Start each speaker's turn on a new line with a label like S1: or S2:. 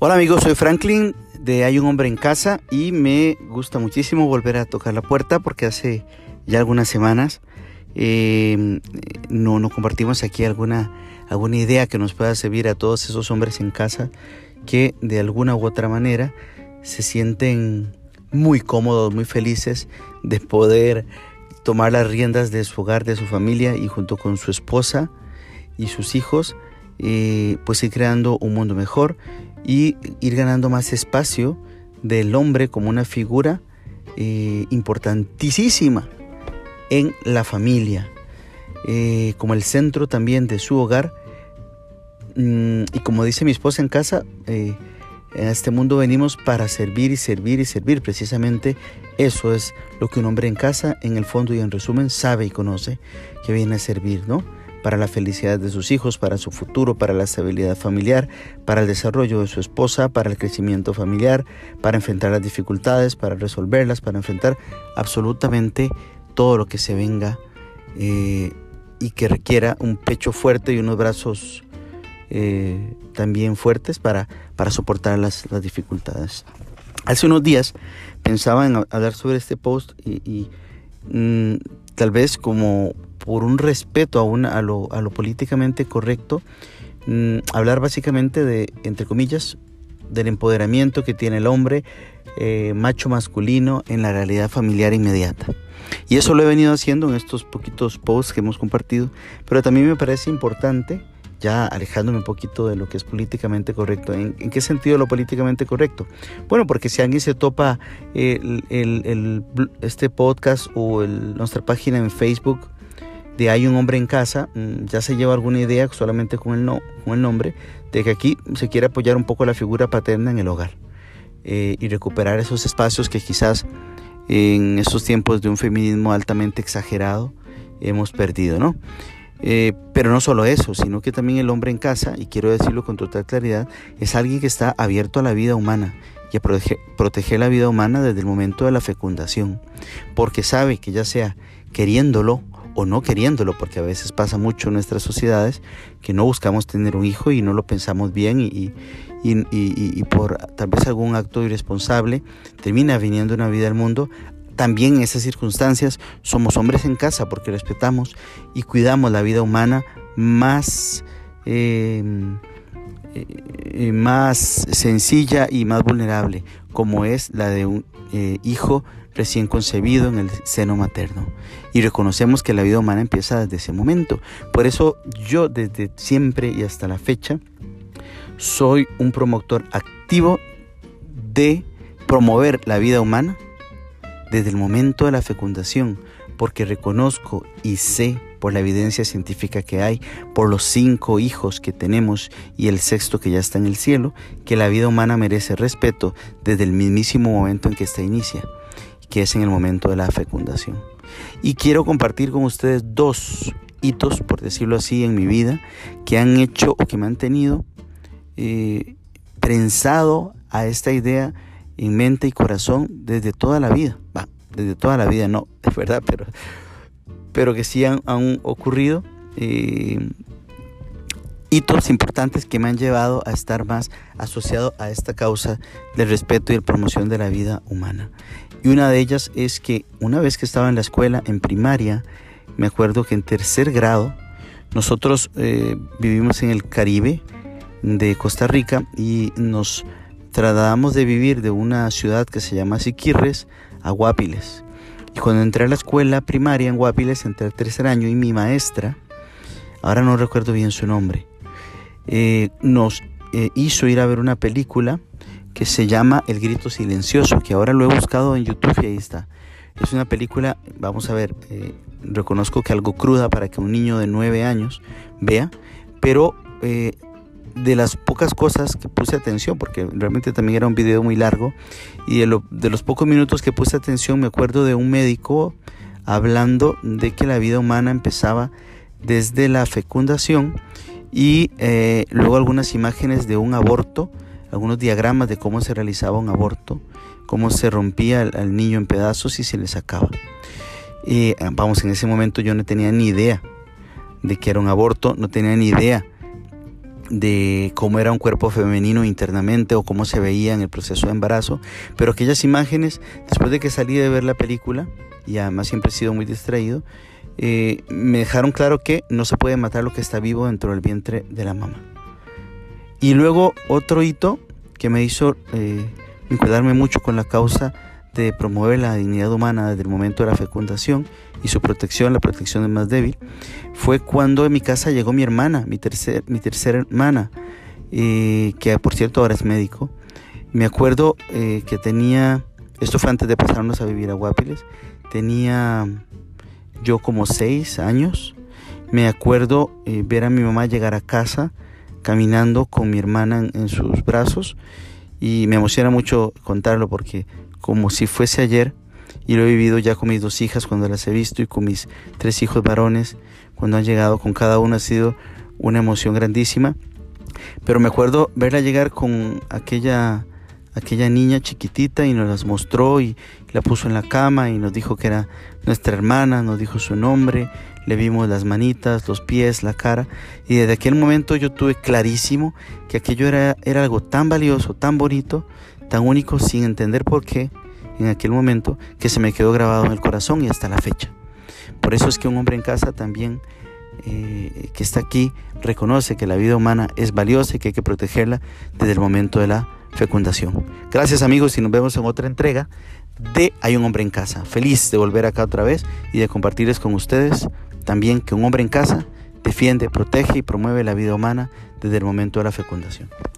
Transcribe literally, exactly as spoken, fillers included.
S1: Hola amigos, soy Franklin de Hay un hombre en casa y me gusta muchísimo volver a tocar la puerta porque hace ya algunas semanas eh, no, no compartimos aquí alguna, alguna idea que nos pueda servir a todos esos hombres en casa que de alguna u otra manera se sienten muy cómodos, muy felices de poder tomar las riendas de su hogar, de su familia y junto con su esposa y sus hijos eh, pues ir creando un mundo mejor y ir ganando más espacio del hombre como una figura eh, importantísima en la familia, eh, como el centro también de su hogar. Mm, y como dice mi esposa en casa, eh, en este mundo venimos para servir y servir y servir. Precisamente eso es lo que un hombre en casa, en el fondo y en resumen, sabe y conoce que viene a servir, ¿no? Para la felicidad de sus hijos, para su futuro, para la estabilidad familiar, para el desarrollo de su esposa, para el crecimiento familiar, para enfrentar las dificultades, para resolverlas, para enfrentar absolutamente todo lo que se venga eh, y que requiera un pecho fuerte y unos brazos eh, también fuertes para, para soportar las, las dificultades. Hace unos días pensaba en hablar sobre este post y, y mmm, tal vez como por un respeto a, una, a, lo, a lo políticamente correcto, mmm, hablar básicamente de, entre comillas, del empoderamiento que tiene el hombre eh, macho masculino en la realidad familiar inmediata. Y eso lo he venido haciendo en estos poquitos posts que hemos compartido, pero también me parece importante, ya alejándome un poquito de lo que es políticamente correcto. ¿En, en qué sentido lo políticamente correcto? Bueno, porque si alguien se topa el, el, el, este podcast o el, nuestra página en Facebook de Hay un hombre en casa, ya se lleva alguna idea solamente con el, no, con el nombre, de que aquí se quiere apoyar un poco la figura paterna en el hogar eh, y recuperar esos espacios que quizás en estos tiempos de un feminismo altamente exagerado hemos perdido, ¿no? Eh, pero no solo eso, sino que también el hombre en casa, y quiero decirlo con total claridad, es alguien que está abierto a la vida humana y a proteger, proteger la vida humana desde el momento de la fecundación, porque sabe que ya sea queriéndolo o no queriéndolo, porque a veces pasa mucho en nuestras sociedades que no buscamos tener un hijo y no lo pensamos bien y, y, y, y, y por tal vez algún acto irresponsable termina viniendo una vida al mundo. También en esas circunstancias somos hombres en casa porque respetamos y cuidamos la vida humana más, eh, eh, más sencilla y más vulnerable, como es la de un eh, hijo recién concebido en el seno materno. Y reconocemos que la vida humana empieza desde ese momento. Por eso yo desde siempre y hasta la fecha soy un promotor activo de promover la vida humana desde el momento de la fecundación, porque reconozco y sé por la evidencia científica que hay, por los cinco hijos que tenemos y el sexto que ya está en el cielo, que la vida humana merece respeto desde el mismísimo momento en que ésta inicia, que es en el momento de la fecundación. Y quiero compartir con ustedes dos hitos, por decirlo así, en mi vida, que han hecho o que me han tenido eh, prensado a esta idea en mente y corazón desde toda la vida. Va, desde toda la vida no, es verdad, pero, pero que sí han, han ocurrido eh, hitos importantes que me han llevado a estar más asociado a esta causa del respeto y la promoción de la vida humana. Y una de ellas es que una vez que estaba en la escuela, en primaria, me acuerdo que en tercer grado, nosotros eh, vivimos en el Caribe de Costa Rica y nos trasladamos de vivir de una ciudad que se llama Siquirres a Guapiles. Y cuando entré a la escuela primaria en Guapiles, entré al tercer año y mi maestra, ahora no recuerdo bien su nombre, eh, nos eh, hizo ir a ver una película que se llama El Grito Silencioso, que ahora lo he buscado en YouTube y ahí está. Es una película, vamos a ver, eh, reconozco que algo cruda para que un niño de nueve años vea, pero eh, de las pocas cosas que puse atención, porque realmente también era un video muy largo, y de, lo, de los pocos minutos que puse atención me acuerdo de un médico hablando de que la vida humana empezaba desde la fecundación y eh, luego algunas imágenes de un aborto, algunos diagramas de cómo se realizaba un aborto, cómo se rompía al, al niño en pedazos y se le sacaba. Y vamos, en ese momento yo no tenía ni idea de que era un aborto, no tenía ni idea de cómo era un cuerpo femenino internamente o cómo se veía en el proceso de embarazo, pero aquellas imágenes, después de que salí de ver la película, y además siempre he sido muy distraído, eh, me dejaron claro que no se puede matar lo que está vivo dentro del vientre de la mamá. Y luego otro hito que me hizo eh, vincularme mucho con la causa de promover la dignidad humana desde el momento de la fecundación y su protección, la protección del más débil, fue cuando en mi casa llegó mi hermana, mi, tercer, mi tercera hermana, eh, que por cierto ahora es médico. Me acuerdo eh, que tenía, esto fue antes de pasarnos a vivir a Guapiles, tenía yo como seis años. Me acuerdo eh, ver a mi mamá llegar a casa caminando con mi hermana en, en sus brazos, y me emociona mucho contarlo porque como si fuese ayer, y lo he vivido ya con mis dos hijas cuando las he visto y con mis tres hijos varones cuando han llegado, con cada uno ha sido una emoción grandísima. Pero me acuerdo verla llegar con aquella, aquella niña chiquitita y nos las mostró y la puso en la cama y nos dijo que era nuestra hermana, nos dijo su nombre, le vimos las manitas, los pies, la cara, y desde aquel momento yo tuve clarísimo que aquello era, era algo tan valioso, tan bonito, tan único, sin entender por qué en aquel momento, que se me quedó grabado en el corazón y hasta la fecha. Por eso es que un hombre en casa también eh, que está aquí reconoce que la vida humana es valiosa y que hay que protegerla desde el momento de la fecundación. Gracias amigos y nos vemos en otra entrega de Hay un hombre en casa. Feliz de volver acá otra vez y de compartirles con ustedes también que un hombre en casa defiende, protege y promueve la vida humana desde el momento de la fecundación.